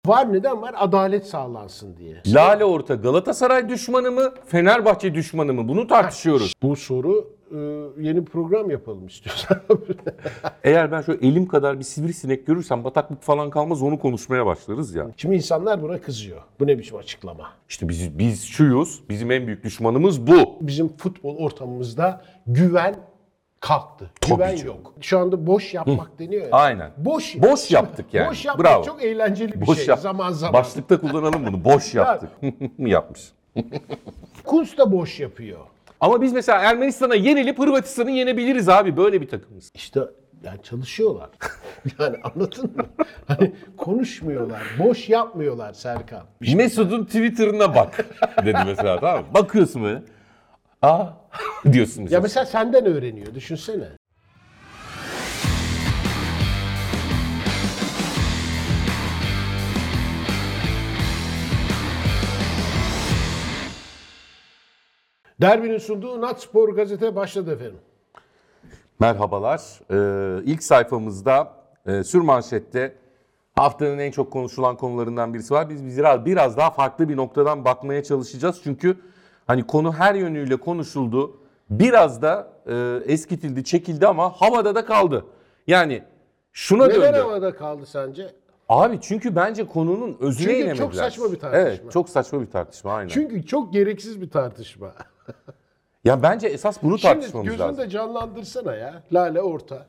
Var, neden var? Adalet sağlansın diye. Lale Orta Galatasaray düşmanı mı, Fenerbahçe düşmanı mı? Bunu tartışıyoruz. Bu soru yeni bir program yapalım istiyorsan. Eğer ben şöyle elim kadar bir sivrisinek görürsem bataklık falan kalmaz, onu konuşmaya başlarız ya. Şimdi insanlar buna kızıyor. Bu ne biçim açıklama? İşte biz şuyuz, bizim en büyük düşmanımız bu. Bizim futbol ortamımızda güven kalktı. Güven canım. yok. Şu anda boş yapmak deniyor ya. Aynen. Boş yaptık yani. Boş yapmak Bravo. çok eğlenceli bir Boş şey yap. zaman zaman. Başlıkta kullanalım bunu. Boş yaptık. Yapmış. Kunst da boş yapıyor. Ama biz mesela Ermenistan'a yenilip Hırvatistan'ı yenebiliriz abi. Böyle bir takımız. İşte yani çalışıyorlar. Yani anladın mı? Hani konuşmuyorlar, boş yapmıyorlar Serkan. Mesut'un Twitter'ına bak dedi mesela, tamam mı? Bakıyorsun böyle. Aa diyorsun mesela. Ya mesela senden öğreniyor, düşünsene. Derbi'nin sunduğu Natspor Gazete başladı efendim. Merhabalar. İlk sayfamızda sürmanşette haftanın en çok konuşulan konularından birisi var. Biz biraz daha farklı bir noktadan bakmaya çalışacağız. Çünkü hani konu her yönüyle konuşuldu. Biraz da eskitildi, çekildi ama havada da kaldı. Yani şuna Neden döndü. havada kaldı sence? Abi çünkü bence konunun özüne Çünkü inemediler. çok saçma bir tartışma. Evet, çok saçma bir tartışma, aynen. Çünkü çok gereksiz bir tartışma. Ya bence esas bunu Şimdi tartışmamız gözünde lazım. canlandırsana ya. Lale Orta.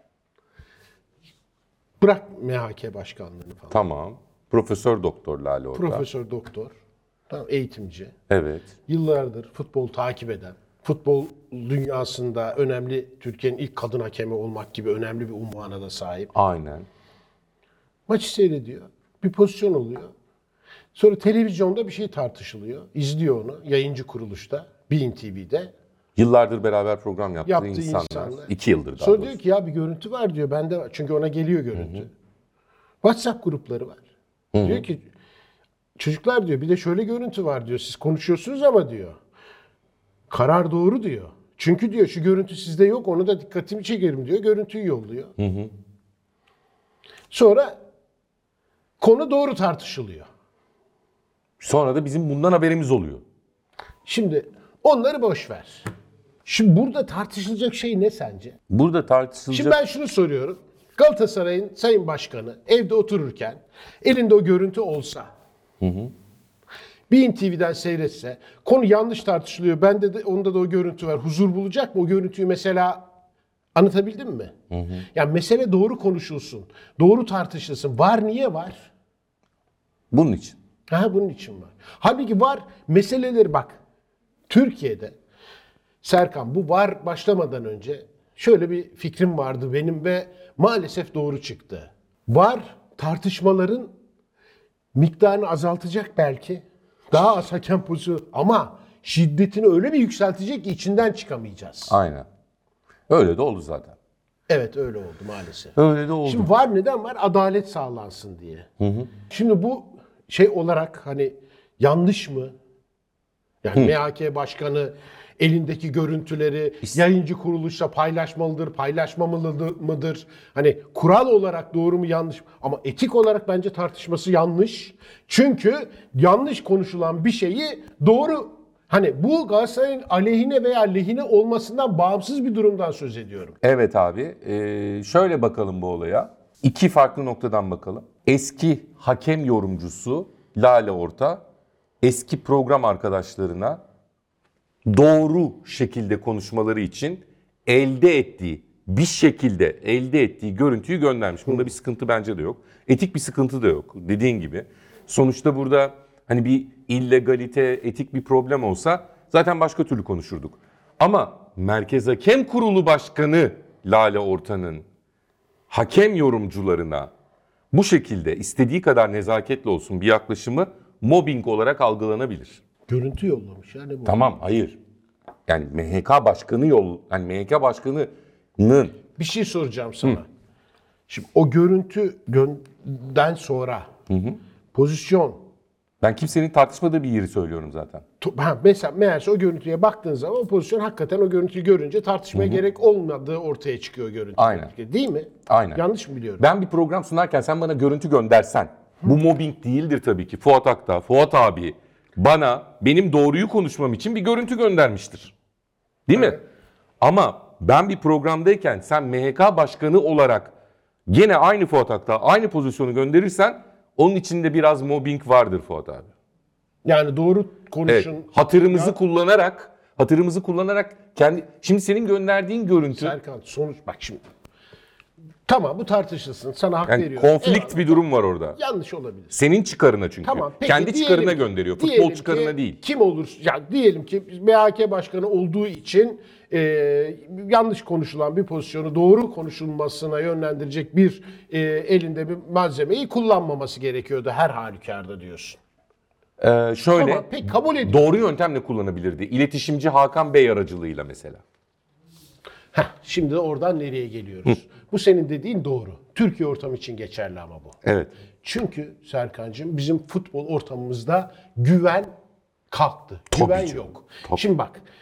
Bırak MHK başkanlığını falan. Tamam. Profesör Doktor Lale Orta. Profesör doktor. Tamam, eğitimci. Evet. Yıllardır futbol takip eden, futbol dünyasında önemli, Türkiye'nin ilk kadın hakemi olmak gibi önemli bir unvana da sahip. Aynen. Maçı seyrediyor. Bir pozisyon oluyor. Sonra televizyonda bir şey tartışılıyor. İzliyor onu yayıncı kuruluşta, Bein TV'de. Yıllardır beraber program yaptığı Yaptığı insanlar. insanlar. 2 yıldır daha Sonra doğrusu. diyor ki ya bir görüntü var diyor. Bende var. Çünkü ona geliyor görüntü. WhatsApp grupları var. Diyor ki çocuklar diyor bir de şöyle görüntü var diyor. Siz konuşuyorsunuz ama diyor. Karar doğru diyor. Çünkü diyor şu görüntü sizde yok, onu da dikkatimi çekerim diyor. Görüntüyü yolluyor. Sonra konu doğru tartışılıyor. Sonra da bizim bundan haberimiz oluyor. Şimdi onları boş ver. Şimdi burada tartışılacak şey ne sence? Burada tartışılacak... Şimdi ben şunu soruyorum. Galatasaray'ın Sayın Başkanı evde otururken elinde o görüntü olsa, Bein TV'den seyretse, konu yanlış tartışılıyor, bende de onda da o görüntü var, huzur bulacak mı? O görüntüyü mesela anlatabildim mi? Yani mesele doğru konuşulsun, doğru tartışılsın. Var niye var? Bunun için. Bunun için var. Halbuki var meseleleri bak. Türkiye'de Serkan bu var başlamadan önce şöyle bir fikrim vardı benim ve maalesef doğru çıktı. Var tartışmaların miktarını azaltacak belki. Daha az hakem pozisyonu ama şiddetini öyle bir yükseltecek ki içinden çıkamayacağız. Aynen. Öyle de oldu zaten. Evet öyle oldu maalesef. Öyle de oldu. Şimdi var neden var? Adalet sağlansın diye. Şimdi bu şey olarak hani yanlış mı? Yani MHK başkanı elindeki görüntüleri yayıncı kuruluşla paylaşmalıdır, paylaşmamalı mıdır? Hani kural olarak doğru mu yanlış mı? Ama etik olarak bence tartışması yanlış. Çünkü yanlış konuşulan bir şeyi doğru, hani bu Galatasaray'ın aleyhine veya lehine olmasından bağımsız bir durumdan söz ediyorum. Evet abi. Şöyle bakalım bu olaya. 2 farklı noktadan bakalım. Eski hakem yorumcusu Lale Orta eski program arkadaşlarına doğru şekilde konuşmaları için bir şekilde elde ettiği görüntüyü göndermiş. Bunda bir sıkıntı bence de yok. Etik bir sıkıntı da yok dediğin gibi. Sonuçta burada hani bir illegalite, etik bir problem olsa zaten başka türlü konuşurduk. Ama Merkez Hakem Kurulu Başkanı Lale Orta'nın hakem yorumcularına bu şekilde istediği kadar nezaketle olsun bir yaklaşımı mobbing olarak algılanabilir. Görüntü yollamış yani bu. Tamam, hayır. Yani MHK başkanının Bir şey soracağım sana. Şimdi o görüntüden sonra pozisyon ben kimsenin tartışmadığı bir yeri söylüyorum zaten. mesela meğerse o görüntüye baktığın zaman o pozisyon hakikaten o görüntüyü görünce tartışmaya gerek olmadığı ortaya çıkıyor görüntü. Aynen. Değil mi? Aynen. Yanlış mı biliyorum? Ben bir program sunarken sen bana görüntü göndersen Bu mobbing değildir tabii ki. Fuat Aktağ, Fuat abi bana benim doğruyu konuşmam için bir görüntü göndermiştir. Değil mi? Ama ben bir programdayken sen MHK başkanı olarak gene aynı Fuat Aktağ, aynı pozisyonu gönderirsen onun içinde biraz mobbing vardır Fuat abi. Yani doğru konuşun. Evet, hatırımızı kullanarak şimdi senin gönderdiğin görüntü Serkan sonuç bak şimdi. Tamam bu tartışılsın. Sana hak yani veriyorum. konflikt Eyvallah. bir durum var orada. Yanlış olabilir. Senin çıkarına çünkü. Tamam. Peki, Kendi çıkarına diyelim ki- gönderiyor. diyelim Futbol ki çıkarına değil. Kim olur? Yani diyelim ki MHK başkanı olduğu için yanlış konuşulan bir pozisyonu doğru konuşulmasına yönlendirecek bir elinde bir malzemeyi kullanmaması gerekiyordu her halükarda diyorsun. Şöyle Tamam, peki kabul ediyorum. doğru yöntemle kullanabilirdi. İletişimci Hakan Bey aracılığıyla mesela. Şimdi de oradan nereye geliyoruz? Bu senin dediğin doğru. Türkiye ortamı için geçerli ama bu. Evet. Çünkü Serkan'cığım bizim futbol ortamımızda güven kalktı. Tabii Güven canım, yok. tabii. Şimdi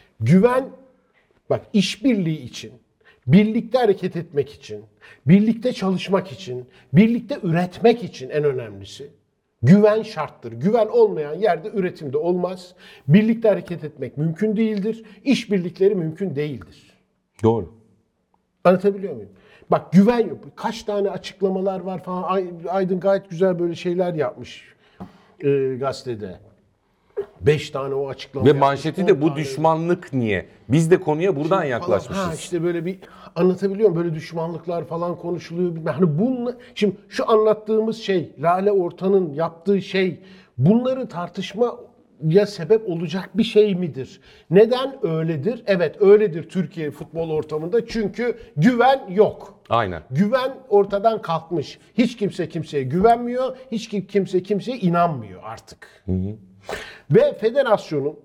bak işbirliği için, birlikte hareket etmek için, birlikte çalışmak için, birlikte üretmek için en önemlisi güven şarttır. Güven olmayan yerde üretim de olmaz. Birlikte hareket etmek mümkün değildir. İşbirlikleri mümkün değildir. Doğru. Anlatabiliyor muyum? Bak güven yok. Kaç tane açıklamalar var falan. Aydın gayet güzel böyle şeyler yapmış gazetede. 5 tane o açıklama Ve yapmış, manşeti 10 de bu tane düşmanlık niye? Biz de konuya buradan falan. yaklaşmışız. Ha işte böyle bir anlatabiliyor muyum? Böyle düşmanlıklar falan konuşuluyor. Hani bununla, şimdi şu anlattığımız şey, Lale Orta'nın yaptığı şey bunları tartışmaya sebep olacak bir şey midir? Neden öyledir? Evet öyledir Türkiye futbol ortamında. Çünkü güven yok. Aynen. Güven ortadan kalkmış. Hiç kimse kimseye güvenmiyor. Hiç kimse kimseye inanmıyor artık. Ve federasyonun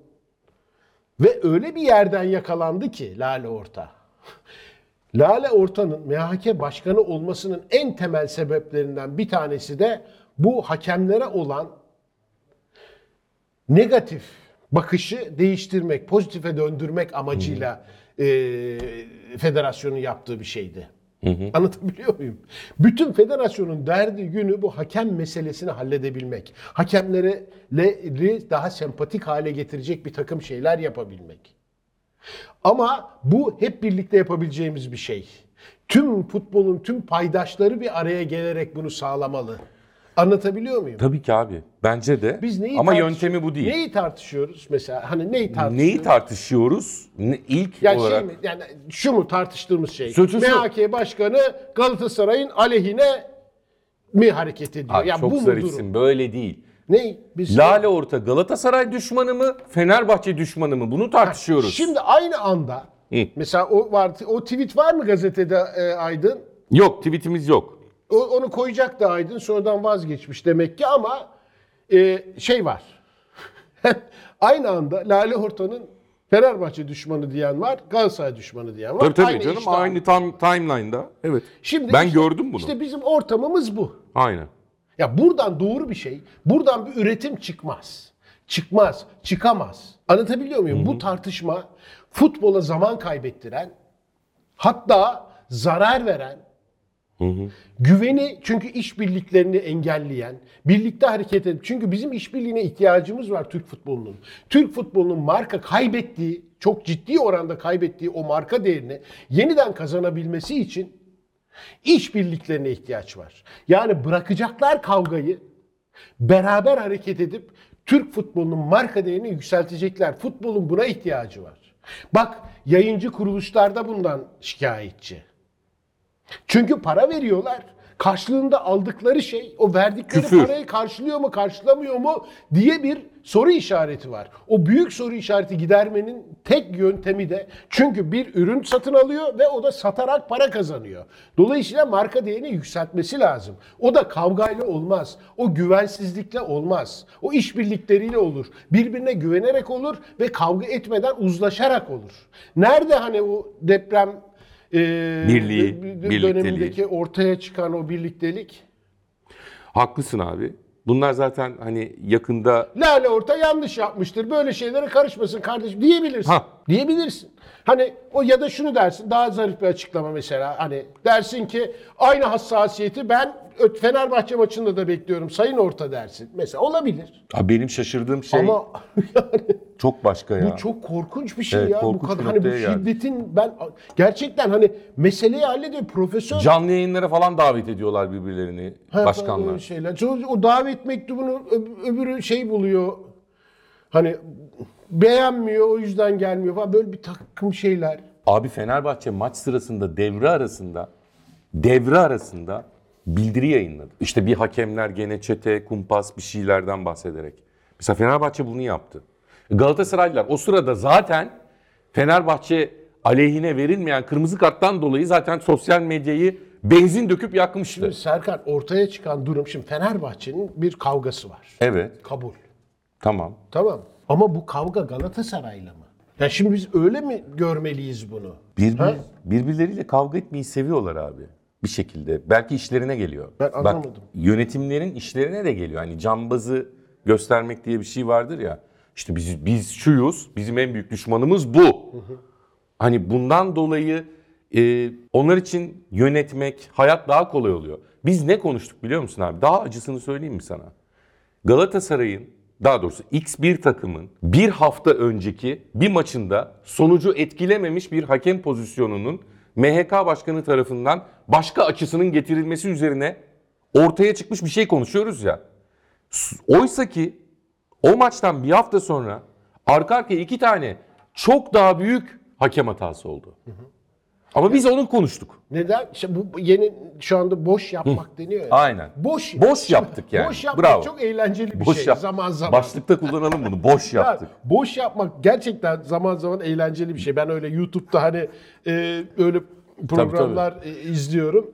ve öyle bir yerden yakalandı ki Lale Orta. Lale Orta'nın MHK başkanı olmasının en temel sebeplerinden bir tanesi de bu hakemlere olan negatif bakışı değiştirmek, pozitife döndürmek amacıyla federasyonun yaptığı bir şeydi. Anlatabiliyor muyum? Bütün federasyonun derdi günü bu hakem meselesini halledebilmek. Hakemleri daha sempatik hale getirecek bir takım şeyler yapabilmek. Ama bu hep birlikte yapabileceğimiz bir şey. Tüm futbolun tüm paydaşları bir araya gelerek bunu sağlamalı. Anlatabiliyor muyum? Tabii ki abi. Bence de. Biz neyi Ama tartış- yöntemi bu değil. Neyi tartışıyoruz mesela? Hani neyi tartışıyoruz? Neyi tartışıyoruz? İlk Yani olarak şey mi? Yani şu mu tartıştığımız şey? Sözü şu. MHK başkanı Galatasaray'ın aleyhine mi hareket ediyor? Abi, Yani çok bu mu zarifsin. durum? Böyle değil. Ne? Biz Lale Orta Galatasaray düşmanı mı? Fenerbahçe düşmanı mı? Bunu tartışıyoruz. Şimdi aynı anda mesela o tweet var mı gazetede Aydın? Yok, tweetimiz yok. Onu koyacaktı Aydın. Sonradan vazgeçmiş demek ki ama şey var. Aynı anda Lale Orta'nın Fenerbahçe düşmanı diyen var, Galatasaray düşmanı diyen var. Tabii Aynı canım. işte Aynı timeline'da. Evet. Şimdi Ben işte- gördüm bunu. İşte bizim ortamımız bu. Aynen. Ya buradan doğru bir şey, buradan bir üretim çıkmaz. Çıkamaz. Anlatabiliyor muyum? Bu tartışma futbola zaman kaybettiren, hatta zarar veren, güveni çünkü işbirliklerini engelleyen, birlikte hareket edip çünkü bizim işbirliğine ihtiyacımız var Türk futbolunun. Türk futbolunun marka kaybettiği, çok ciddi oranda kaybettiği o marka değerini yeniden kazanabilmesi için işbirliklerine ihtiyaç var. Yani bırakacaklar kavgayı, beraber hareket edip Türk futbolunun marka değerini yükseltecekler. Futbolun buna ihtiyacı var. Bak yayıncı kuruluşlar da bundan şikayetçi. Çünkü para veriyorlar. Karşılığında aldıkları şey o verdikleri Küfür. parayı karşılıyor mu karşılamıyor mu diye bir soru işareti var. O büyük soru işareti gidermenin tek yöntemi de çünkü bir ürün satın alıyor ve o da satarak para kazanıyor. Dolayısıyla marka değerini yükseltmesi lazım. O da kavgayla olmaz. O güvensizlikle olmaz. O işbirlikleriyle olur. Birbirine güvenerek olur ve kavga etmeden uzlaşarak olur. Nerede hani o deprem Birliği, dönemindeki birlikteliği. ortaya çıkan o birliktelik? Haklısın abi. Bunlar zaten hani yakında Lale Orta yanlış yapmıştır. Böyle şeylere karışmasın kardeşim diyebilirsin. Ha. Diyebilirsin. Hani o ya da şunu dersin. Daha zarif bir açıklama mesela. Hani dersin ki aynı hassasiyeti ben Fenerbahçe maçında da bekliyorum. Sayın Orta dersin. Mesela olabilir. benim şaşırdığım şey Ama yani çok başka ya. bu çok korkunç bir şey Evet, ya. Bu korkunç kadar bir hani bu noktaya geldi. şiddetin ben gerçekten hani meseleyi hallediyor profesör. Canlı yayınlara falan davet ediyorlar birbirlerini Ha, başkanlar. öyle şeyler. Sonra o davet mektubunu öbürü şey buluyor. Hani beğenmiyor o yüzden gelmiyor falan. Böyle bir takım şeyler. Abi Fenerbahçe maç sırasında devre arasında bildiri yayınladı. İşte bir hakemler gene çete, kumpas bir şeylerden bahsederek. Mesela Fenerbahçe bunu yaptı. Galatasaraylılar o sırada zaten Fenerbahçe aleyhine verilmeyen kırmızı karttan dolayı zaten sosyal medyayı benzin döküp yakmıştı. Şimdi Serkan ortaya çıkan durum şimdi Fenerbahçe'nin bir kavgası var. Evet, Kabul. tamam. Tamam. Ama bu kavga Galatasaray'la mı? Ya şimdi biz öyle mi görmeliyiz bunu? Birbirleriyle kavga etmeyi seviyorlar abi bir şekilde. Belki işlerine geliyor. Ben anlamadım. Bak yönetimlerin işlerine de geliyor. Hani cambazı göstermek diye bir şey vardır ya. İşte biz şuyuz, bizim en büyük düşmanımız bu. Hani bundan dolayı onlar için yönetmek, hayat daha kolay oluyor. Biz ne konuştuk biliyor musun abi? Daha acısını söyleyeyim mi sana? Galatasaray'ın, daha doğrusu X1 takımın bir hafta önceki bir maçında sonucu etkilememiş bir hakem pozisyonunun MHK Başkanı tarafından başka açısının getirilmesi üzerine ortaya çıkmış bir şey konuşuyoruz ya. Oysa ki o maçtan bir hafta sonra arka arkaya 2 tane çok daha büyük hakem hatası oldu. Ama biz onu konuştuk. Neden? İşte bu yeni şu anda boş yapmak deniyor ya. Aynen. Boş yaptık yani. Boş yapmak Bravo. çok eğlenceli bir Boş şey yap- zaman zaman. Başlıkta kullanalım bunu. Boş Ya, yaptık. boş yapmak gerçekten zaman zaman eğlenceli bir şey. Ben öyle YouTube'da hani öyle programlar izliyorum.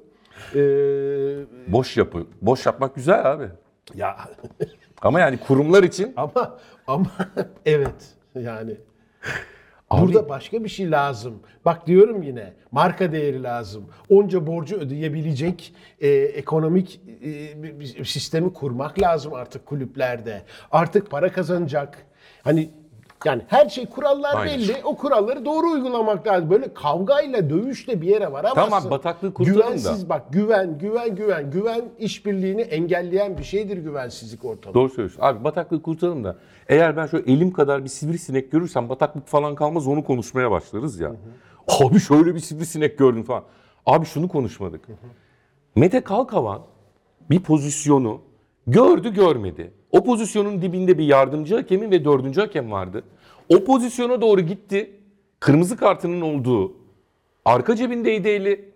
Boş yapmak güzel abi. Ya Ama yani kurumlar için ama evet yani. Abi- Burada başka bir şey lazım. Bak diyorum yine marka değeri lazım. Onca borcu ödeyebilecek ekonomik bir sistemi kurmak lazım artık kulüplerde. Artık para kazanacak. Hani yani her şey kurallar Aynen. belli. O kuralları doğru uygulamak lazım. Böyle kavgayla, dövüşle bir yere varamazsın. Tamam, bataklığı kurtarın da. Güvensiz bak güven işbirliğini engelleyen bir şeydir güvensizlik ortamı. doğru söylüyorsun. Abi bataklığı kurtaralım da eğer ben şöyle elim kadar bir sivrisinek görürsem bataklık falan kalmaz onu konuşmaya başlarız ya. Abi şöyle bir sivrisinek gördüm falan. Abi şunu konuşmadık. Mete Kalkavan bir pozisyonu gördü görmedi. O pozisyonun dibinde bir yardımcı hakemin ve 4. hakem vardı. O pozisyona doğru gitti. Kırmızı kartının olduğu arka cebindeydi eli.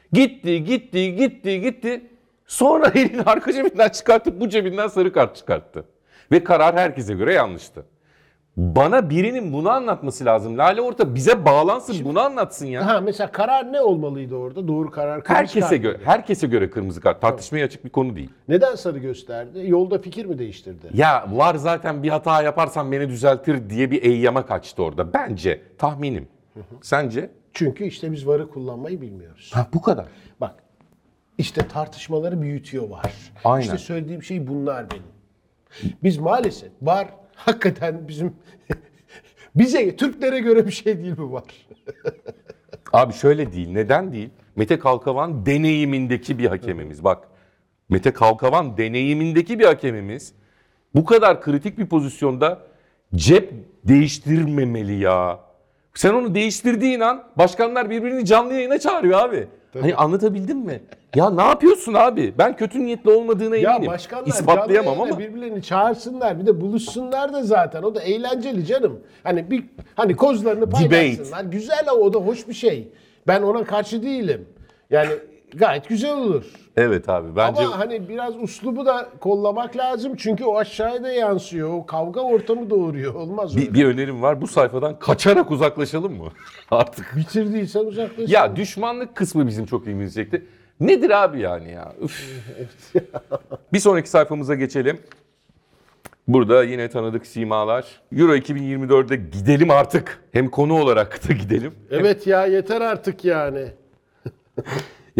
Gitti. Sonra elini arka cebinden çıkartıp bu cebinden sarı kart çıkarttı. Ve karar herkese göre yanlıştı. Bana birinin bunu anlatması lazım. Lale Orta bize bağlansın bunu anlatsın ya. Ha mesela karar ne olmalıydı orada? Doğru karar kırmızı Herkese kart. göre kırmızı kart. Tartışmaya açık bir konu değil. Neden sarı gösterdi? Yolda fikir mi değiştirdi? Ya var zaten bir hata yaparsan beni düzeltir diye bir eyyama kaçtı orada. Bence, tahminim. Sence? Çünkü işte biz VAR'ı kullanmayı bilmiyoruz. Ha bu kadar. Bak işte tartışmaları büyütüyorlar. Aynen. İşte söylediğim şey bunlar benim. Biz maalesef VAR hakikaten bizim bize Türklere göre bir şey değil bu VAR. Abi şöyle değil. Neden değil? Mete Kalkavan deneyimindeki bir hakemimiz. Bak. Mete Kalkavan deneyimindeki bir hakemimiz. Bu kadar kritik bir pozisyonda cep değiştirmemeli ya. Sen onu değiştirdiğin an başkanlar birbirini canlı yayına çağırıyor abi. Hani anlatabildim mi? Ya ne yapıyorsun abi? Ben kötü niyetli olmadığına eminim. Ya başkanlar İspatlayamam canlı ama. yayında birbirlerini çağırsınlar bir de buluşsunlar da zaten o da eğlenceli canım. Hani kozlarını paylaşsınlar. Güzel o da hoş bir şey. Ben ona karşı değilim. Yani gayet güzel olur. Evet abi bence Ama hani biraz uslubu da kollamak lazım çünkü o aşağıya da yansıyor. O kavga ortamı doğuruyor. Olmaz öyle. bir önerim var. Bu sayfadan kaçarak uzaklaşalım mı? Artık. Bitirdiysen uzaklaş. Ya düşmanlık kısmı bizim çok ilgimizi çekti. Nedir abi yani ya? Üf. Bir sonraki sayfamıza geçelim. Burada yine tanıdık simalar. Euro 2024'de gidelim artık. Hem konu olarak da gidelim. Evet ya yeter artık yani.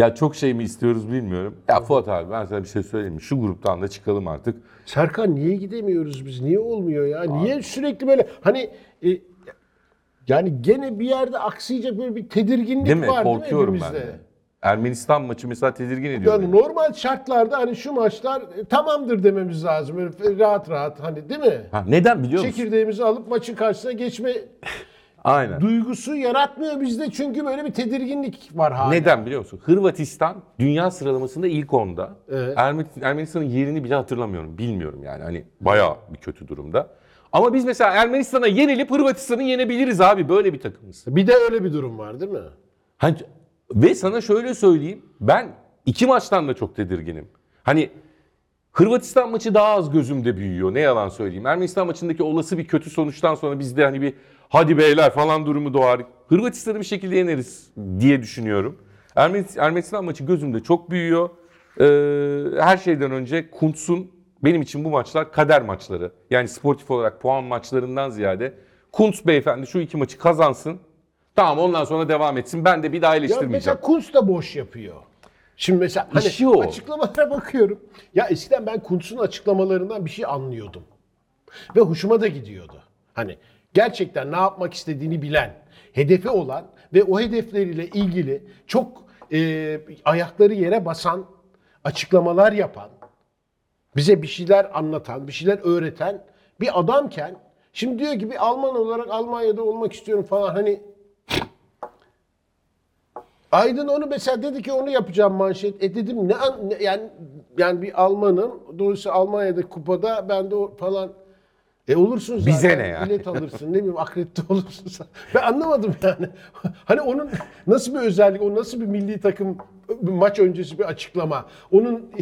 Ya çok şey mi istiyoruz bilmiyorum. Ya Fuat abi ben sana bir şey söyleyeyim mi? Şu gruptan da çıkalım artık. Serkan niye gidemiyoruz biz? Niye olmuyor ya? Niye sürekli böyle hani yani gene bir yerde aksayacak böyle bir tedirginlik Değil mi? var Korkuyorum değil mi ben hepimizde? de. Ermenistan maçı mesela tedirgin ediyor Yani beni. normal şartlarda hani şu maçlar tamamdır dememiz lazım. Böyle rahat rahat hani değil mi? Ha, neden biliyor musun? Çekirdeğimizi alıp maçın karşısına geçme Aynen. duygusu yaratmıyor bizde çünkü böyle bir tedirginlik var hala. Neden biliyor musun? Hırvatistan dünya sıralamasında ilk 10'da. Evet. Ermenistan'ın yerini bile hatırlamıyorum. Bilmiyorum yani. Hani bayağı bir kötü durumda. Ama biz mesela Ermenistan'a yenilip Hırvatistan'ı yenebiliriz abi. Böyle bir takımız. Bir de öyle bir durum var değil mi? Hani, ve sana şöyle söyleyeyim. Ben iki maçtan da çok tedirginim. Hani Hırvatistan maçı daha az gözümde büyüyor. Ne yalan söyleyeyim. Ermenistan maçındaki olası bir kötü sonuçtan sonra bizde hani bir hadi beyler falan durumu doğar. Hırvatistan'ı bir şekilde yeneriz diye düşünüyorum. Ermenistan maçı gözümde çok büyüyor. Her şeyden önce Kuntz'un benim için bu maçlar kader maçları. Yani sportif olarak puan maçlarından ziyade Kuntz beyefendi şu iki maçı kazansın. Tamam ondan sonra devam etsin. Ben de bir daha Ya eleştirmeyeceğim. mesela Kuntz da boş yapıyor. Şimdi mesela hani İşi o. açıklamalara bakıyorum. Ya eskiden ben Kuntz'un açıklamalarından bir şey anlıyordum. Ve hoşuma da gidiyordu. Hani gerçekten ne yapmak istediğini bilen, hedefi olan ve o hedefleriyle ilgili çok ayakları yere basan açıklamalar yapan, bize bir şeyler anlatan, bir şeyler öğreten bir adamken şimdi diyor ki bir Alman olarak Almanya'da olmak istiyorum falan hani Aydın onu mesela dedi ki onu yapacağım manşet. Dedim yani bir Almanım. Dolayısıyla Almanya'da kupada ben de falan olursun zaten. Bize ne yani? Bilet alırsın ne bileyim akredite olursun. Ben anlamadım yani. Hani onun nasıl bir özellik, o nasıl bir milli takım maç öncesi bir açıklama. Onun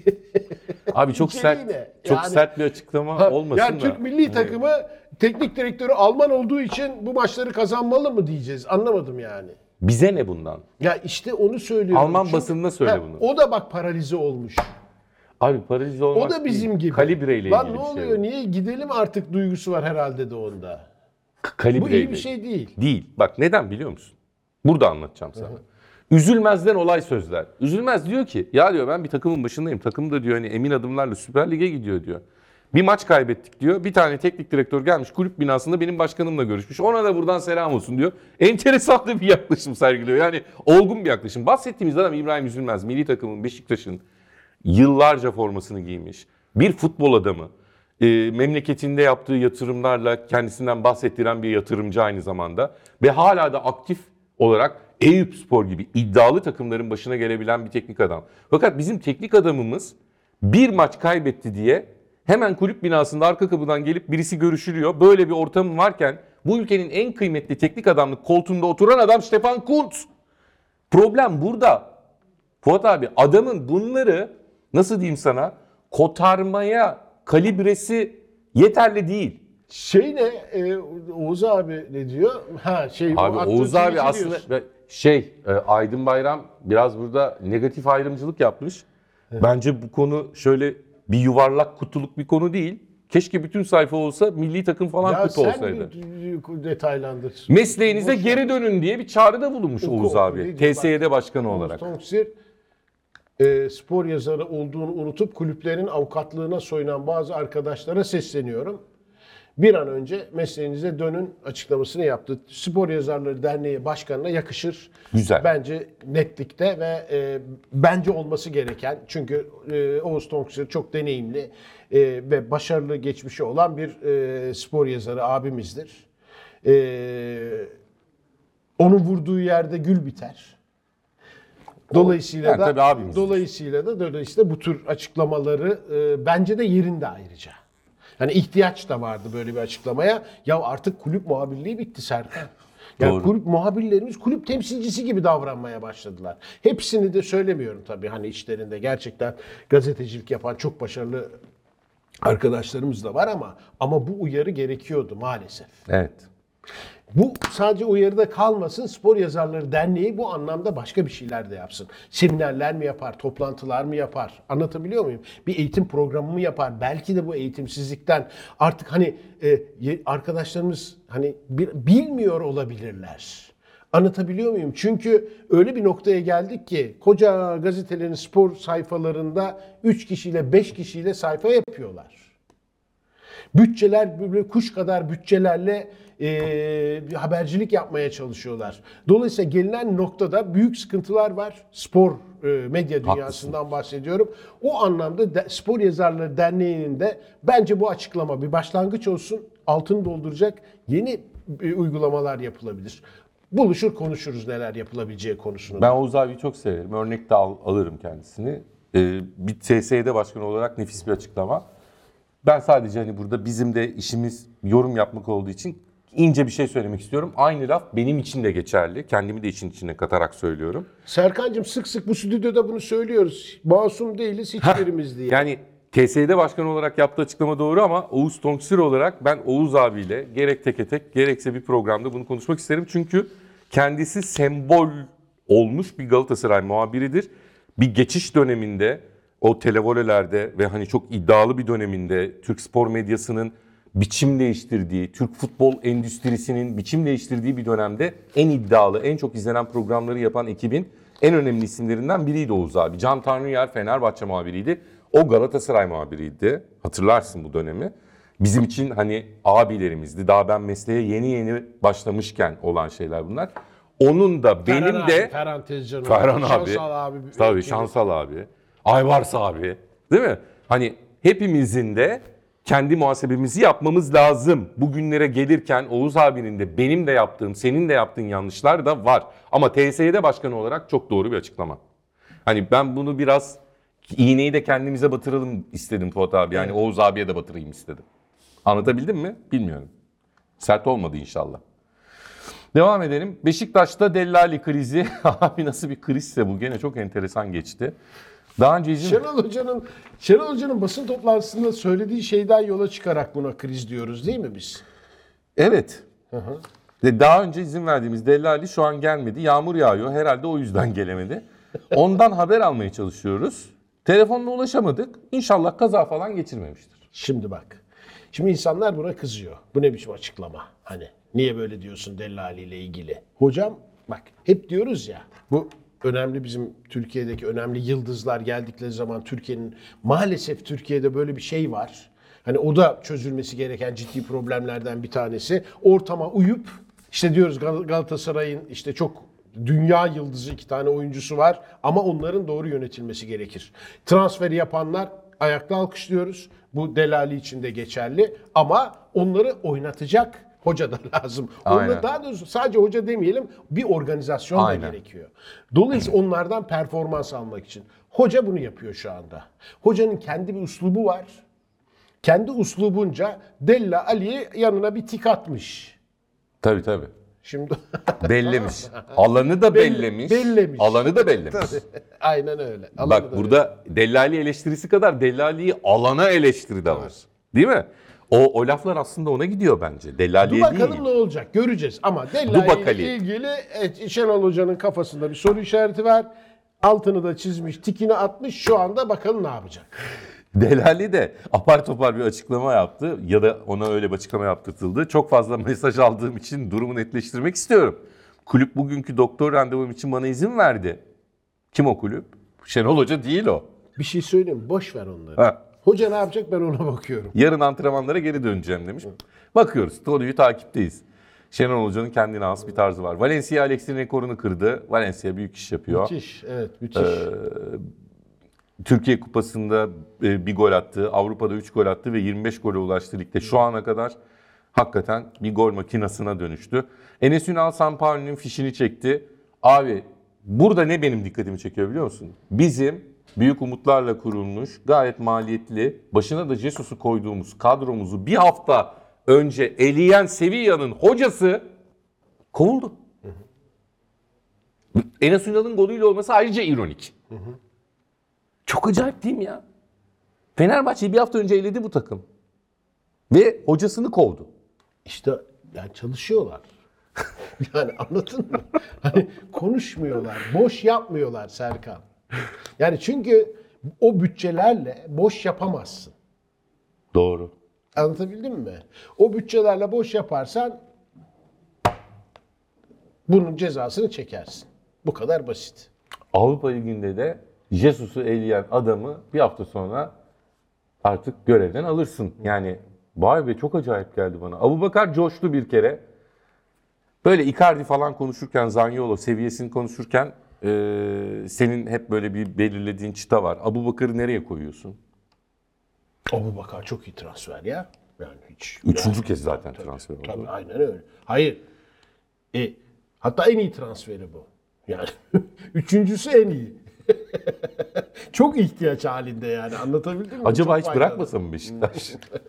Abi çok İçeriği sert, ne? çok Yani- sert bir açıklama olmasın yani da. Türk milli takımı teknik direktörü Alman olduğu için bu maçları kazanmalı mı diyeceğiz? Anlamadım yani. Bize ne bundan? Ya işte onu söylüyorum. Alman Çünkü- basınına söyle Ha, bunu. O da bak paralize olmuş. Abi paralize olmak O da bizim değil, gibi. kalibreyle Lan ilgili ne bir şey. oluyor? bu. Niye gidelim artık duygusu var herhalde de onda. Bu Kalibreyle. iyi bir şey değil. Değil. Bak neden biliyor musun? Burada anlatacağım sana. Üzülmez'den olay sözler. Üzülmez diyor ki ya diyor ben bir takımın başındayım. Takım da diyor hani emin adımlarla Süper Lig'e gidiyor diyor. Bir maç kaybettik diyor. Bir tane teknik direktör gelmiş kulüp binasında benim başkanımla görüşmüş. Ona da buradan selam olsun diyor. Enteresan da bir yaklaşım sergiliyor. Yani olgun bir yaklaşım. Bahsettiğimiz adam İbrahim Üzülmez. Milli takımın Beşiktaş'ın yıllarca formasını giymiş. Bir futbol adamı. Memleketinde yaptığı yatırımlarla kendisinden bahsettiren bir yatırımcı aynı zamanda. Ve hala da aktif olarak Eyüpspor gibi iddialı takımların başına gelebilen bir teknik adam. Fakat bizim teknik adamımız bir maç kaybetti diye hemen kulüp binasında arka kapıdan gelip birisi görüşülüyor. Böyle bir ortamı varken bu ülkenin en kıymetli teknik adamlık koltuğunda oturan adam Stefan Kuntz. Problem burada. Fuat abi adamın bunları nasıl diyeyim sana kotarmaya kalibresi yeterli değil. Şey ne? Oğuz abi ne diyor? Ha şey Abi o attığı Oğuz abi tweet'i aslında diyorsun. Aydın Bayram biraz burada negatif ayrımcılık yapmış. Bence bu konu şöyle bir yuvarlak kutuluk bir konu değil. Keşke bütün sayfa olsa milli takım falan Ya kutu sen olsaydı. bir detaylandır. Mesleğinize Boş ver. geri dönün diye bir çağrıda bulunmuş Oku, Oğuz oku, abi. ne diyor? TSYD başkanı Oğuz olarak. Tonksir spor yazarı olduğunu unutup kulüplerin avukatlığına soyunan bazı arkadaşlara sesleniyorum. Bir an önce mesleğinize dönün açıklamasını yaptı. Spor Yazarları Derneği Başkanı'na yakışır. Güzel. Bence netlikte ve bence olması gereken. Çünkü Oğuz Tonksir çok deneyimli ve başarılı geçmişi olan bir spor yazarı abimizdir. Onun vurduğu yerde gül biter. Dolayısıyla Yani da tabii abimizdir. dolayısıyla bu tür açıklamaları bence de yerinde ayrıca. Yani ihtiyaç da vardı böyle bir açıklamaya. Ya artık kulüp muhabirliği bitti Serkan. Yani Doğru. kulüp muhabirlerimiz kulüp temsilcisi gibi davranmaya başladılar. Hepsini de söylemiyorum tabii. Hani içlerinde gerçekten gazetecilik yapan çok başarılı arkadaşlarımız da var ama bu uyarı gerekiyordu maalesef. Evet. Bu sadece uyarıda kalmasın. Spor Yazarları Derneği bu anlamda başka bir şeyler de yapsın. Seminerler mi yapar, toplantılar mı yapar? Anlatabiliyor muyum? Bir eğitim programı mı yapar? Belki de bu eğitimsizlikten artık hani arkadaşlarımız hani bilmiyor olabilirler. Anlatabiliyor muyum? Çünkü öyle bir noktaya geldik ki koca gazetelerin spor sayfalarında 3 kişiyle 5 kişiyle sayfa yapıyorlar. Bütçeler böyle kuş kadar bütçelerle habercilik yapmaya çalışıyorlar. Dolayısıyla gelinen noktada büyük sıkıntılar var. Spor medya dünyasından bahsediyorum. O anlamda Spor Yazarları Derneği'nin de bence bu açıklama bir başlangıç olsun. Altını dolduracak yeni uygulamalar yapılabilir. Buluşur konuşuruz neler yapılabileceği konusunda. Ben Oğuz abiyi çok severim. Örnek de alırım kendisini. Bir TSE'de başkanı olarak nefis bir açıklama. Ben sadece hani burada bizim de işimiz yorum yapmak olduğu için ince bir şey söylemek istiyorum. Aynı laf benim için de geçerli. Kendimi de işin içine katarak söylüyorum. Serkan'cığım sık sık bu stüdyoda bunu söylüyoruz. Masum değiliz hiçbirimiz diye. Yani TSE'de başkan olarak yaptığı açıklama doğru ama Oğuz Tonksir olarak ben Oğuz abiyle gerek teke tek gerekse bir programda bunu konuşmak isterim. Çünkü kendisi sembol olmuş bir Galatasaray muhabiridir. Bir geçiş döneminde o televolelerde ve hani çok iddialı bir döneminde Türk spor medyasının biçim değiştirdiği, Türk futbol endüstrisinin biçim değiştirdiği bir dönemde en iddialı, en çok izlenen programları yapan ekibin en önemli isimlerinden biriydi Oğuz abi. Can Tanrıyer Fenerbahçe muhabiriydi. O Galatasaray muhabiriydi. Hatırlarsın bu dönemi. Bizim için hani abilerimizdi. Daha ben mesleğe yeni yeni başlamışken olan şeyler bunlar. Onun da benim Ferhan de abi, Ferhan Canım, Ferhan abi. Şansal abi. Tabii Şansal abi. Aybars abi. Değil mi? Hani hepimizin de kendi muhasebemizi yapmamız lazım. Bugünlere gelirken Oğuz abinin de benim de yaptığım, senin de yaptığın yanlışlar da var. Ama TSE'de başkan olarak çok doğru bir açıklama. Hani ben bunu biraz iğneyi de kendimize batıralım istedim Fuat abi. Yani Oğuz abiye de batırayım istedim. Anlatabildim mi? Bilmiyorum. Sert olmadı inşallah. Devam edelim. Beşiktaş'ta Dellali krizi. Abi nasıl bir krizse bu gene çok enteresan geçti. Daha önce Şenol Hoca'nın basın toplantısında söylediği şeyden yola çıkarak buna kriz diyoruz değil mi biz? Evet. Daha önce izin verdiğimiz Dellali şu an gelmedi. Yağmur yağıyor. Herhalde o yüzden gelemedi. Ondan haber almaya çalışıyoruz. Telefonla ulaşamadık. İnşallah kaza falan geçirmemiştir. Şimdi bak. Şimdi insanlar buna kızıyor. Bu ne biçim açıklama? Hani niye böyle diyorsun Dellali ile ilgili? Hocam bak hep diyoruz ya bu önemli bizim Türkiye'deki önemli yıldızlar geldikleri zaman maalesef Türkiye'de böyle bir şey var. Hani o da çözülmesi gereken ciddi problemlerden bir tanesi. Ortama uyup işte diyoruz Galatasaray'ın işte çok dünya yıldızı 2 tane oyuncusu var ama onların doğru yönetilmesi gerekir. Transferi yapanlar ayakta alkışlıyoruz. Bu Delali için de geçerli ama onları oynatacak hoca da lazım. Onları daha doğrusu sadece hoca demeyelim bir organizasyon da gerekiyor. Dolayısıyla onlardan performans almak için. Hoca bunu yapıyor şu anda. Hocanın kendi bir üslubu var. Kendi üslubunca Della Ali'ye yanına bir tik atmış. Tabii. Şimdi Bellemiş. Alanı da bellemiş. bellemiş. Alanı da bellemiş. aynen öyle. Bak burada Dellali eleştirisi kadar Dellali'yi alana eleştiri de var. Değil mi? O laflar aslında ona gidiyor bence. Dellali'ye Dur değil. bakalım ne olacak göreceğiz. Ama Dellali ile ilgili Şenol Hoca'nın kafasında bir soru işareti var. Altını da çizmiş, tikini atmış. Şu anda bakalım ne yapacak. Dellali de apar topar bir açıklama yaptı ya da ona öyle bir açıklama yaptırtıldı. Çok fazla mesaj aldığım için durumu netleştirmek istiyorum. Kulüp bugünkü doktor randevum için bana izin verdi. Kim o kulüp? Şenol Hoca değil o. Bir şey söyleyeyim mi? Boş ver onları. Hoca ne yapacak ben ona bakıyorum. Yarın antrenmanlara geri döneceğim demiş. Bakıyoruz. Konuyu takipteyiz. Şenol Hoca'nın kendine has bir tarzı var. Valencia Alex'in rekorunu kırdı. Valencia büyük iş yapıyor. Müthiş. Evet müthiş. Türkiye Kupası'nda bir gol attı. Avrupa'da 3 gol attı ve 25 gole ulaştı ligde. Şu ana kadar hakikaten bir gol makinasına dönüştü. Enes Ünal Sampaoli'nin fişini çekti. Abi burada ne benim dikkatimi çekiyor biliyor musun? Bizim büyük umutlarla kurulmuş, gayet maliyetli, başına da Jesus'u koyduğumuz kadromuzu bir hafta önce eleyen Sevilla'nın hocası kovuldu. Enes Ünal'ın golüyle olması ayrıca ironik. Çok acayip değil mi ya? Fenerbahçe'yi bir hafta önce eledi bu takım. Ve hocasını kovdu. İşte yani çalışıyorlar. Yani anladın mı? Hani konuşmuyorlar, boş yapmıyorlar Serkan. Yani çünkü o bütçelerle boş yapamazsın. Doğru. Anlatabildim mi? O bütçelerle boş yaparsan Bunun cezasını çekersin. Bu kadar basit. Avrupa Ligi'nde de Jesus'u eleyen adamı bir hafta sonra artık görevden alırsın. Yani vay be, çok acayip geldi bana. Abubakar coştu bir kere. Böyle Icardi falan konuşurken, Zaniolo seviyesini konuşurken senin hep böyle bir belirlediğin çıta var. Abubakar'ı nereye koyuyorsun? Abubakar çok iyi transfer ya. Yani hiç. Üçüncü Yani, kez zaten tabii, transfer oldu. Tabii aynen öyle. Hayır. Hatta en iyi transferi bu. Yani üçüncüsü en iyi. Çok ihtiyaç halinde yani, anlatabildim mi? Acaba Çok hiç faydalı. bırakmasa mı Beşiktaş?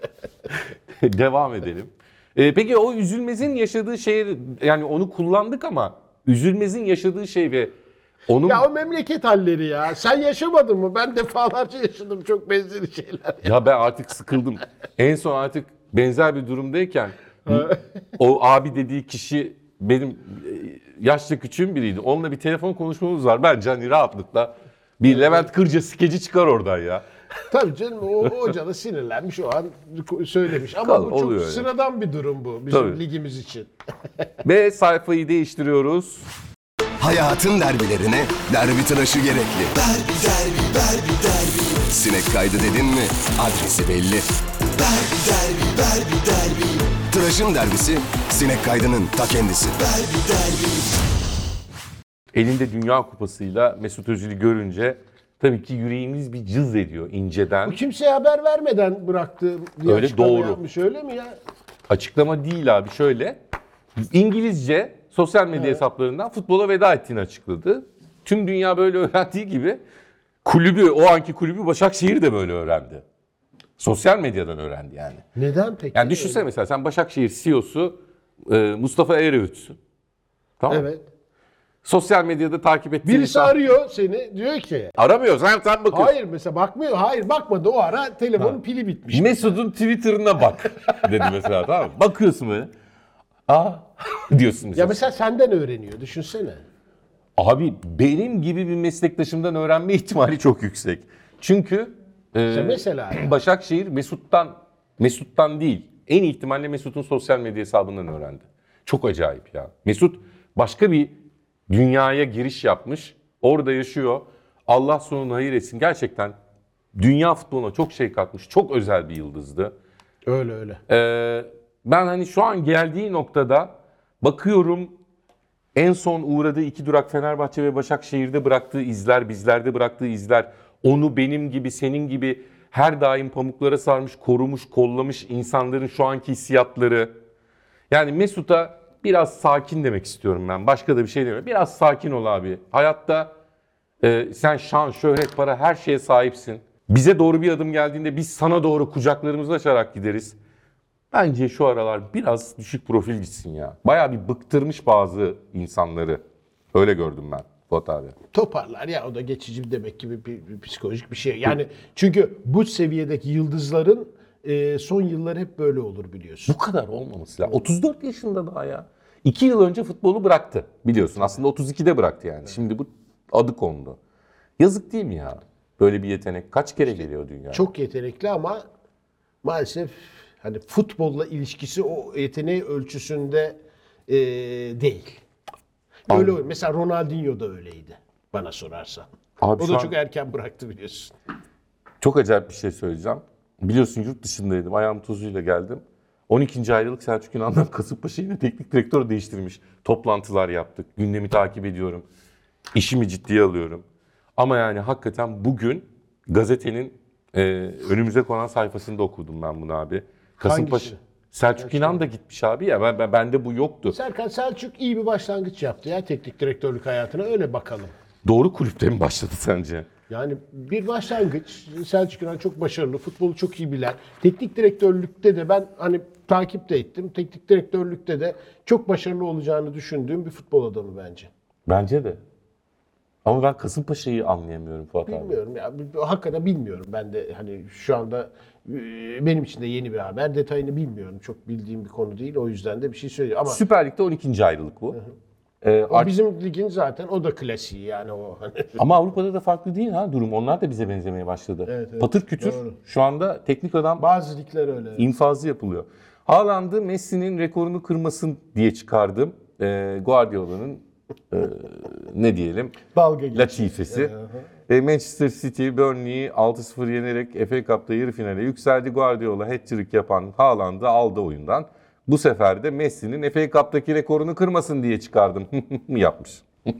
Devam edelim. Peki o Üzülmez'in yaşadığı şeyi, yani onu kullandık ama Üzülmez'in yaşadığı şey ve onun... Ya o memleket halleri ya. Sen yaşamadın mı? Ben defalarca yaşadım çok benzeri şeyler. Ya ben artık sıkıldım. En son artık benzer bir durumdayken o abi dediği kişi benim yaşça küçüğüm biriydi. Onunla bir telefon konuşmamız var. Bence hani rahatlıkla bir Levent Kırca skeci çıkar oradan ya. Tabii canım, o hoca da sinirlenmiş o an söylemiş. Ama Tabii, bu çok oluyor öyle. sıradan bir durum bu bizim Tabii. ligimiz için. Ve sayfayı değiştiriyoruz. Hayatın derbilerine derbi tıraşı gerekli. Derbi, derbi, derbi, derbi. Sinek kaydı dedin mi adresi belli. Derbi, derbi, derbi, derbi. Tıraşın derbisi sinek kaydının ta kendisi. Derbi, derbi. Elinde Dünya Kupası'yla Mesut Özil'i görünce tabii ki yüreğimiz bir cız ediyor inceden. Kimseye haber vermeden bıraktı diye Öyle, açıklama doğru. yapmış, öyle mi ya? Açıklama değil abi, şöyle. İngilizce sosyal medya hesaplarından futbola veda ettiğini açıkladı. Tüm dünya böyle öğrendiği gibi kulübü, o anki kulübü Başakşehir de böyle öğrendi. Sosyal medyadan öğrendi yani. Neden peki? Yani düşünsene mesela sen Başakşehir CEO'su Mustafa Ereğüt'sün. Tamam mı? Evet. Sosyal medyada takip ettiğin Birisi insan... arıyor seni, diyor ki Aramıyor, sen bakıyorsun. hayır mesela bakmıyor. Hayır, bakmadı, o ara telefonun pili bitmiş. Mesut'un Twitter'ına bak dedi mesela, tamam mı? Bakıyorsun böyle. Aa diyorsun mesela. Ya mesela senden öğreniyor, düşünsene. Abi benim gibi bir meslektaşımdan öğrenme ihtimali çok yüksek. Çünkü İşte mesela ya. Başakşehir Mesut'tan değil, en iyi ihtimalle Mesut'un sosyal medya hesabından öğrendi. Çok acayip ya. Mesut başka bir dünyaya giriş yapmış. Orada yaşıyor. Allah sonunu hayır etsin. Gerçekten dünya futboluna çok şey katmış. Çok özel bir yıldızdı. Öyle öyle. Ben hani şu an geldiği noktada bakıyorum, en son uğradığı 2 durak Fenerbahçe ve Başakşehir'de bıraktığı izler, bizlerde bıraktığı izler, onu benim gibi, senin gibi her daim pamuklara sarmış, korumuş, kollamış insanların şu anki hissiyatları. Yani Mesut'a biraz sakin demek istiyorum ben. Başka da bir şey demiyorum. Biraz sakin ol abi. Hayatta sen şan, şöhret, para, her şeye sahipsin. Bize doğru bir adım geldiğinde biz sana doğru kucaklarımızı açarak gideriz. Bence şu aralar biraz düşük profil gitsin ya. Bayağı bir bıktırmış bazı insanları. Öyle gördüm ben Fuat abi. Toparlar ya, o da geçici demek gibi bir psikolojik bir şey. Yani çünkü bu seviyedeki yıldızların son yıllar hep böyle olur, biliyorsun. Bu kadar olmaması lazım. 34 yaşında daha ya. 2 yıl önce futbolu bıraktı biliyorsun. Aslında 32'de bıraktı yani. Şimdi bu adı kondu. Yazık değil mi ya? Böyle bir yetenek kaç kere geliyor dünyaya? Çok yetenekli ama maalesef hani futbolla ilişkisi o yeteneği ölçüsünde değil. Öyle mesela Ronaldinho da öyleydi bana sorarsan. Abi O şu da an- çok erken bıraktı, biliyorsun. Çok acayip bir şey söyleyeceğim. Biliyorsun yurt dışındaydım. Ayağım tozuyla geldim. 12. ayrılık Selçuk İnan'dan Kasımpaşa yine teknik direktör değiştirmiş. Toplantılar yaptık. Gündemi takip ediyorum. İşimi ciddiye alıyorum. Ama yani hakikaten bugün gazetenin önümüze konan sayfasında okudum ben bunu abi. Kasımpaşa. Hangisi? Selçuk İnan da gitmiş abi ya. Bende bu yoktu. Serkan Selçuk iyi bir başlangıç yaptı ya teknik direktörlük hayatına, öyle bakalım. Doğru kulüpte mi başladı sence? Yani bir başlangıç. Selçuk İnan çok başarılı, futbolu çok iyi bilen. Teknik direktörlükte de ben hani takip de ettim. Teknik direktörlükte de çok başarılı olacağını düşündüğüm bir futbol adamı bence. Bence de. Ama ben Kasımpaşa'yı anlayamıyorum Fuat abi. Bilmiyorum ya. Hakikaten bilmiyorum. Ben de hani şu anda benim için de yeni bir haber. Detayını bilmiyorum. Çok bildiğim bir konu değil. O yüzden de bir şey söyleyeyim. Ama Süper Lig'de 12. ayrılık bu. o bizim ligin zaten o da klasiği yani o. Hani. Ama Avrupa'da da farklı değil ha durum. Onlar da bize benzemeye başladı. Evet, Patır kütür doğru. şu anda teknik adam Bazı ligler öyle. infazı yapılıyor. Haaland'ı Messi'nin rekorunu kırmasın diye çıkardım. Guardiola'nın ne diyelim Dalga geçiyor. latifesi. Manchester City Burnley'i 6-0 yenerek FA Cup'ta yarı finale yükseldi. Guardiola hat-trick yapan Haaland'ı aldı oyundan. Bu sefer de Messi'nin FA Cup'taki rekorunu kırmasın diye çıkardım. Yapmış.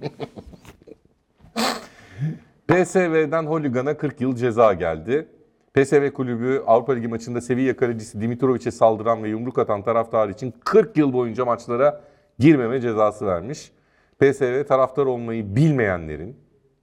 PSV'den Holigan'a 40 yıl ceza geldi. PSV kulübü Avrupa Ligi maçında Sevilla kalecisi Dimitrovic'e saldıran ve yumruk atan taraftar için 40 yıl boyunca maçlara girmeme cezası vermiş. PSV taraftar olmayı bilmeyenlerin,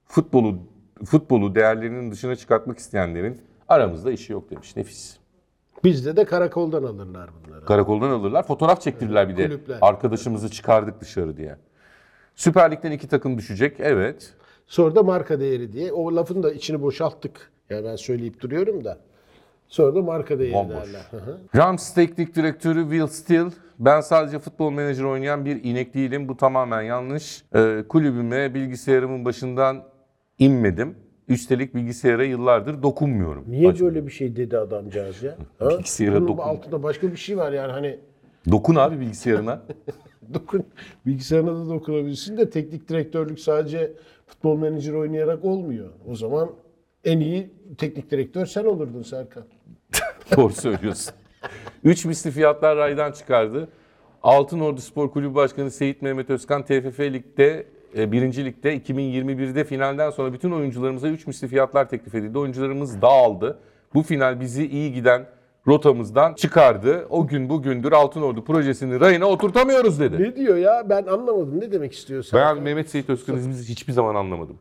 futbolu değerlerinin dışına çıkartmak isteyenlerin aramızda işi yok demiş. Nefis. Bizde de karakoldan alırlar bunları. Karakoldan alırlar, fotoğraf çektirirler bir de. Kulüpler. Arkadaşımızı çıkardık dışarı diye. Süper Lig'den 2 takım düşecek, evet. Sonra da marka değeri diye. O lafın da içini boşalttık. Yani ben söyleyip duruyorum da. Sonra da marka değeri Bomboş. derler. Hı hı. Rams teknik direktörü Will Steele, ben sadece futbol menajeri oynayan bir inek değilim. Bu tamamen yanlış. Kulübüme bilgisayarımın başından inmedim. Üstelik bilgisayara yıllardır dokunmuyorum. Niye böyle bir şey dedi adamcağız ya? Ha? Bilgisayara Bunun dokun. altında başka bir şey var yani hani Dokun abi bilgisayarına. bilgisayarına da dokunabilirsin de teknik direktörlük sadece futbol menajeri oynayarak olmuyor. O zaman en iyi teknik direktör sen olurdun Serkan. Doğru söylüyorsun. 3 misli fiyatlar raydan çıkardı. Altınordu Spor Kulübü Başkanı Seyit Mehmet Özkan TFF Lig'de 1. Lig'de 2021'de finalden sonra bütün oyuncularımıza 3 misli fiyatlar teklif edildi. Oyuncularımız dağıldı. Bu final bizi iyi giden rotamızdan çıkardı. O gün bugündür Altınordu projesini rayına oturtamıyoruz dedi. Ne diyor ya? Ben anlamadım. Ne demek istiyor Serkan? Ben Mehmet Seyit Özkan'ı hiçbir zaman anlamadım.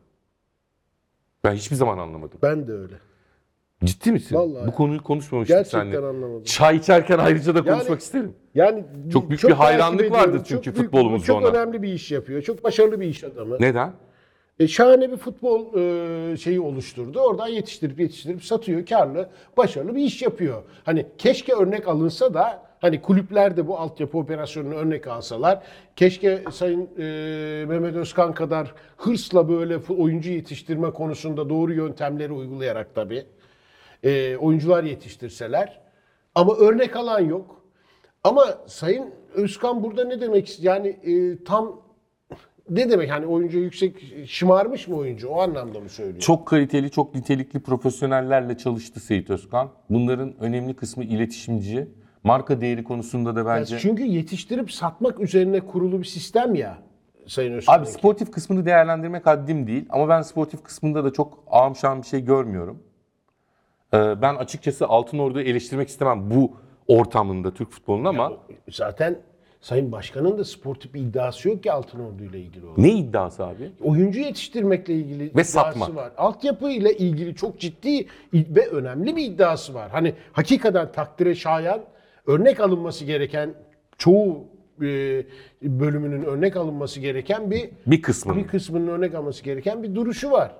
Ben hiçbir zaman anlamadım. Ben de öyle. Ciddi misin? Vallahi. Bu konuyu konuşmamıştık Gerçekten seninle. anlamadım. Çay içerken ayrıca da konuşmak Yani- isterim. Yani Çok büyük bir hayranlık takip vardır ediyorum. çünkü Çok büyük- futbolumuzda çok ona. önemli bir iş yapıyor. Çok başarılı bir iş adamı. Neden? Şahane bir futbol şeyi oluşturdu. Oradan yetiştirip satıyor. Karlı, başarılı bir iş yapıyor. Hani keşke örnek alınsa da hani kulüpler de bu altyapı operasyonunu örnek alsalar. Keşke Sayın Mehmet Özkan kadar hırsla böyle oyuncu yetiştirme konusunda doğru yöntemleri uygulayarak tabii oyuncular yetiştirseler. Ama örnek alan yok. Ama Sayın Özkan burada ne demek? Yani tam ne demek hani oyuncu yüksek şımarmış mı oyuncu o anlamda mı söylüyor? Çok kaliteli, çok nitelikli profesyonellerle çalıştı Seyit Özkan. Bunların önemli kısmı iletişimci. Marka değeri konusunda da bence... Çünkü yetiştirip satmak üzerine kurulu bir sistem ya Sayın Özkan. Abi sportif kısmını değerlendirmek haddim değil. Ama ben sportif kısmında da çok ağam şahım bir şey görmüyorum. Ben açıkçası Altınordu'yu eleştirmek istemem bu ortamında Türk futbolunun ama... Zaten Sayın Başkan'ın da sportif bir iddiası yok ki Altınordu ile ilgili olarak. Ne iddiası abi? Oyuncu yetiştirmekle ilgili iddiası satma. var. Altyapı ile ilgili çok ciddi ve önemli bir iddiası var. Hani hakikaten takdire şayan, örnek alınması gereken çoğu bölümünün örnek alınması gereken Bir kısmı. bir kısmının örnek alması gereken bir duruşu var.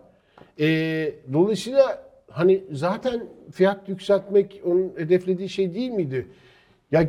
Dolayısıyla hani zaten fiyat yükseltmek onun hedeflediği şey değil miydi? Ya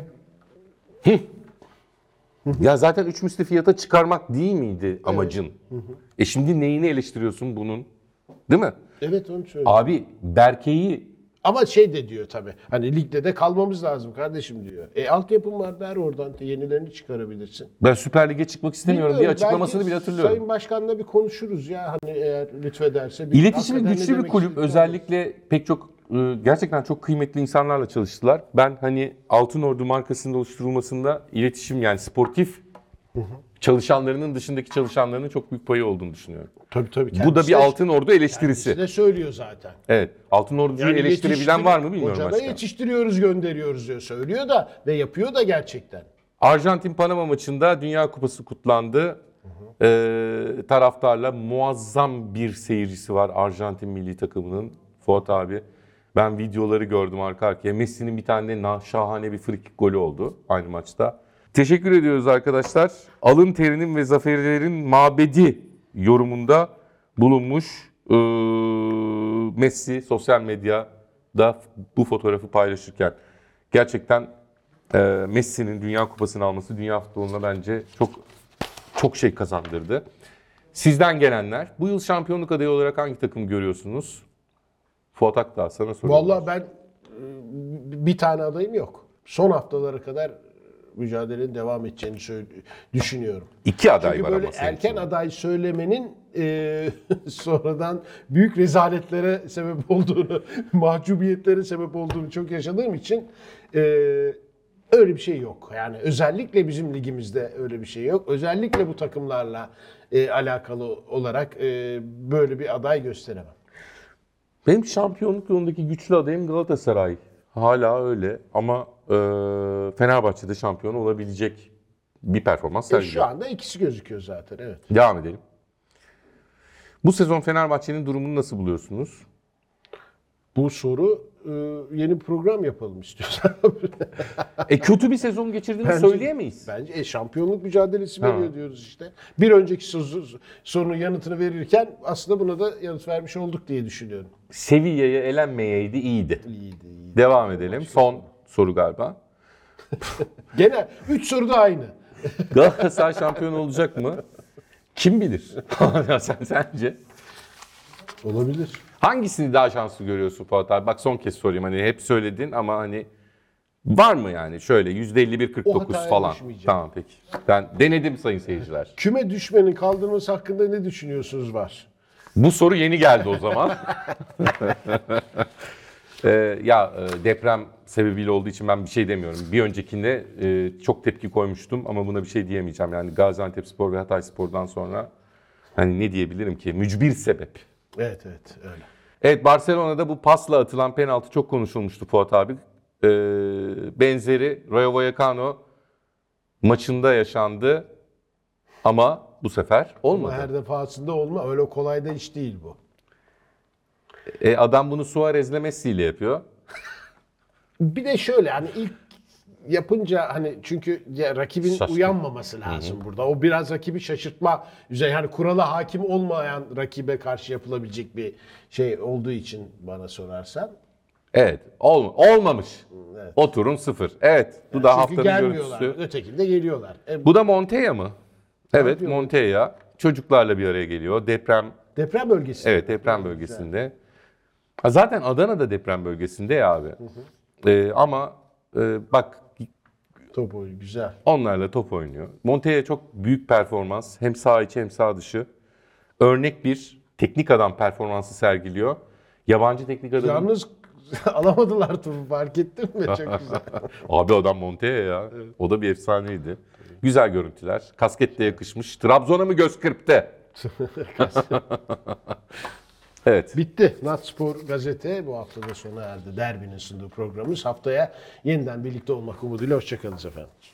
Ya zaten 3 misli fiyata çıkarmak değil miydi amacın? Şimdi neyini eleştiriyorsun bunun? Değil mi? evet onu söylüyorum. Abi Berke'yi Ama şey de diyor tabii. Hani ligde de kalmamız lazım kardeşim diyor. Altyapım var der oradan yenilerini çıkarabilirsin. ben Süper Lig'e çıkmak istemiyorum diye Bilmiyorum, açıklamasını belki bile hatırlıyorum. Sayın Başkan'la bir konuşuruz ya hani eğer lütfederse. İletişimi Hakikaten ne güçlü bir demek kulüp. istediğini Özellikle pek çok gerçekten çok kıymetli insanlarla çalıştılar. Ben hani Altınordu markasının oluşturulmasında iletişim yani sportif çalışanlarının dışındaki çalışanlarının çok büyük payı olduğunu düşünüyorum. Tabii. Bu da Kendisi bir de- Altınordu eleştirisi. kendisi de söylüyor zaten. Evet. Altınordu'yu eleştirebilen var mı bilmiyorum Hoca da başka. yetiştiriyoruz gönderiyoruz diyor. Söylüyor da ve yapıyor da gerçekten. Arjantin-Panama maçında Dünya Kupası kutlandı. Taraftarla muazzam bir seyircisi var Arjantin milli takımının. Fuat abi. Ben videoları gördüm arka arkaya. Messi'nin bir tane de şahane bir frikik golü oldu aynı maçta. Teşekkür ediyoruz arkadaşlar. Alın terinin ve zaferlerin mabedi yorumunda bulunmuş Messi sosyal medyada bu fotoğrafı paylaşırken gerçekten Messi'nin Dünya Kupası'nı alması dünya futboluna bence çok şey kazandırdı. Sizden gelenler, bu yıl şampiyonluk adayı olarak hangi takımı görüyorsunuz? Fuat Akdağ sana soruyorum. Vallahi ben bir tane adayım yok. Son haftalara kadar mücadelenin devam edeceğini düşünüyorum. İki aday Çünkü var böyle ama senin erken için. aday söylemenin sonradan büyük rezaletlere sebep olduğunu, mahcubiyetlere sebep olduğunu çok yaşadığım için öyle bir şey yok. Yani özellikle bizim ligimizde öyle bir şey yok. Özellikle bu takımlarla alakalı olarak böyle bir aday gösteremem. Benim şampiyonluk yolundaki güçlü adayım Galatasaray. Hala öyle ama Fenerbahçe'de şampiyon olabilecek bir performans Şu sergiliyor. anda ikisi gözüküyor zaten, evet. Devam edelim. Bu sezon Fenerbahçe'nin durumunu nasıl buluyorsunuz? Bu soru yeni bir program yapalım istiyorsan. Kötü bir sezon geçirdiğini söyleyemeyiz. Bence şampiyonluk mücadelesi veriyor diyoruz işte. Bir önceki sorunun yanıtını verirken aslında buna da yanıt vermiş olduk diye düşünüyorum. Sevilla'ya elenmeyeydi iyiydi. İyiydi. Devam edelim. Son soru galiba. Gene 3 soru da aynı. Galatasaray şampiyon olacak mı? Kim bilir? Sence? Olabilir. Hangisini daha şanslı görüyorsun Fuat abi? Bak son kez sorayım. Hani hep söyledin ama hani var mı yani şöyle O %51-49 hataya falan? düşmeyeceğim. Tamam peki. Ben denedim sayın seyirciler. Küme düşmenin kaldırması hakkında ne düşünüyorsunuz var? Bu soru yeni geldi o zaman. Deprem sebebiyle olduğu için ben bir şey demiyorum. Bir öncekinde çok tepki koymuştum ama buna bir şey diyemeyeceğim. Yani Gaziantepspor ve Hatayspor'dan sonra hani ne diyebilirim ki? Mücbir sebep. Evet öyle. Evet, Barcelona'da bu pasla atılan penaltı çok konuşulmuştu Fuat abi. Benzeri Rayo Vallecano maçında yaşandı ama bu sefer olmadı. Ama her defasında olma, öyle kolay da iş değil bu. Adam bunu Suarez'le Messi ile yapıyor. Bir de şöyle hani ilk yapınca hani çünkü rakibin Şaşkın. uyanmaması lazım burada. O biraz rakibi şaşırtma üzerine, yani kurala hakim olmayan rakibe karşı yapılabilecek bir şey olduğu için bana sorarsan. Evet, olmamış. Evet. Oturun 0. Evet, bu da Çünkü haftanın gelmiyorlar. görüntüsü. Ötekinde geliyorlar. Bu da Montella mı? Evet, yapıyor? Montella. Çocuklarla bir araya geliyor. Deprem bölgesi. Evet, deprem bölgesinde. Ha, zaten Adana'da deprem bölgesinde ya abi. Ama bak Top oyunu güzel. onlarla top oynuyor. Montella çok büyük performans. Hem sağ içi hem sağ dışı. Örnek bir teknik adam performansı sergiliyor. Yabancı teknik adam. Yalnız alamadılar topu, fark ettin mi? Çok güzel. Abi adam Montella ya. O da bir efsaneydi. Güzel görüntüler. Kasket de yakışmış. Trabzon'a mı göz kırptı? Evet. Bitti. Natspor Gazete bu haftada sona erdi. Derbinin sunduğu programımız. Haftaya yeniden birlikte olmak umuduyla. Hoşçakalın efendim.